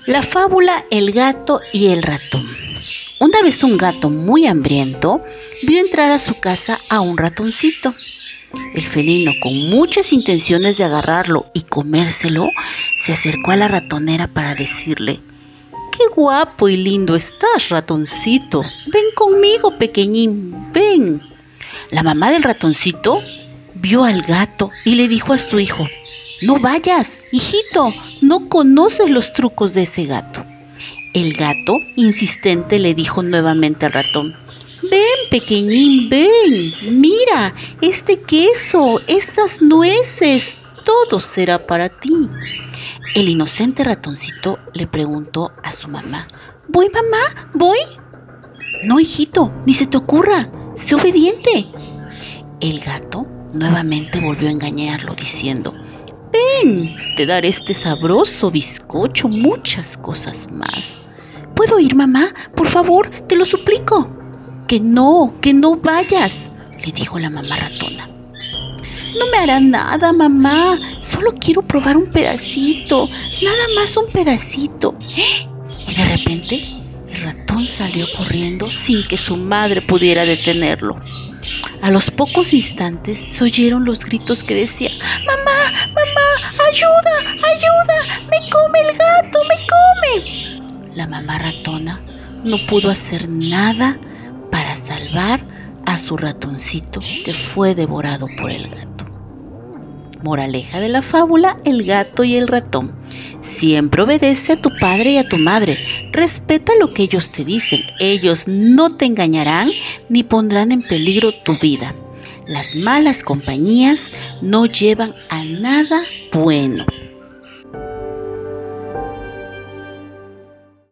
La fábula El gato y el ratón. Una vez un gato muy hambriento vio entrar a su casa a un ratoncito. El felino, con muchas intenciones de agarrarlo y comérselo, se acercó a la ratonera para decirle: «¡Qué guapo y lindo estás, ratoncito! Ven conmigo, pequeñín, ven». La mamá del ratoncito vio al gato y le dijo a su hijo: «No vayas, hijito, no conoces los trucos de ese gato». El gato, insistente, le dijo nuevamente al ratón: «Ven, pequeñín, ven, mira, este queso, estas nueces, todo será para ti». El inocente ratoncito le preguntó a su mamá: «¿Voy, mamá? ¿Voy?» «No, hijito, ni se te ocurra, sé obediente». El gato nuevamente volvió a engañarlo diciendo: «Ven, te daré este sabroso bizcocho, muchas cosas más». «¿Puedo ir, mamá? Por favor, te lo suplico». Que no vayas», le dijo la mamá ratona. «No me hará nada, mamá, solo quiero probar un pedacito, nada más un pedacito». Y de repente el ratón salió corriendo sin que su madre pudiera detenerlo. A los pocos instantes se oyeron los gritos que decían: «¡Mamá, mamá, ayuda, ayuda! ¡Me come el gato, me come!». La mamá ratona no pudo hacer nada para salvar a su ratoncito, que fue devorado por el gato. Moraleja de la fábula: el gato y el ratón. Siempre obedece a tu padre y a tu madre. Respeta lo que ellos te dicen. Ellos no te engañarán ni pondrán en peligro tu vida. Las malas compañías no llevan a nada bueno.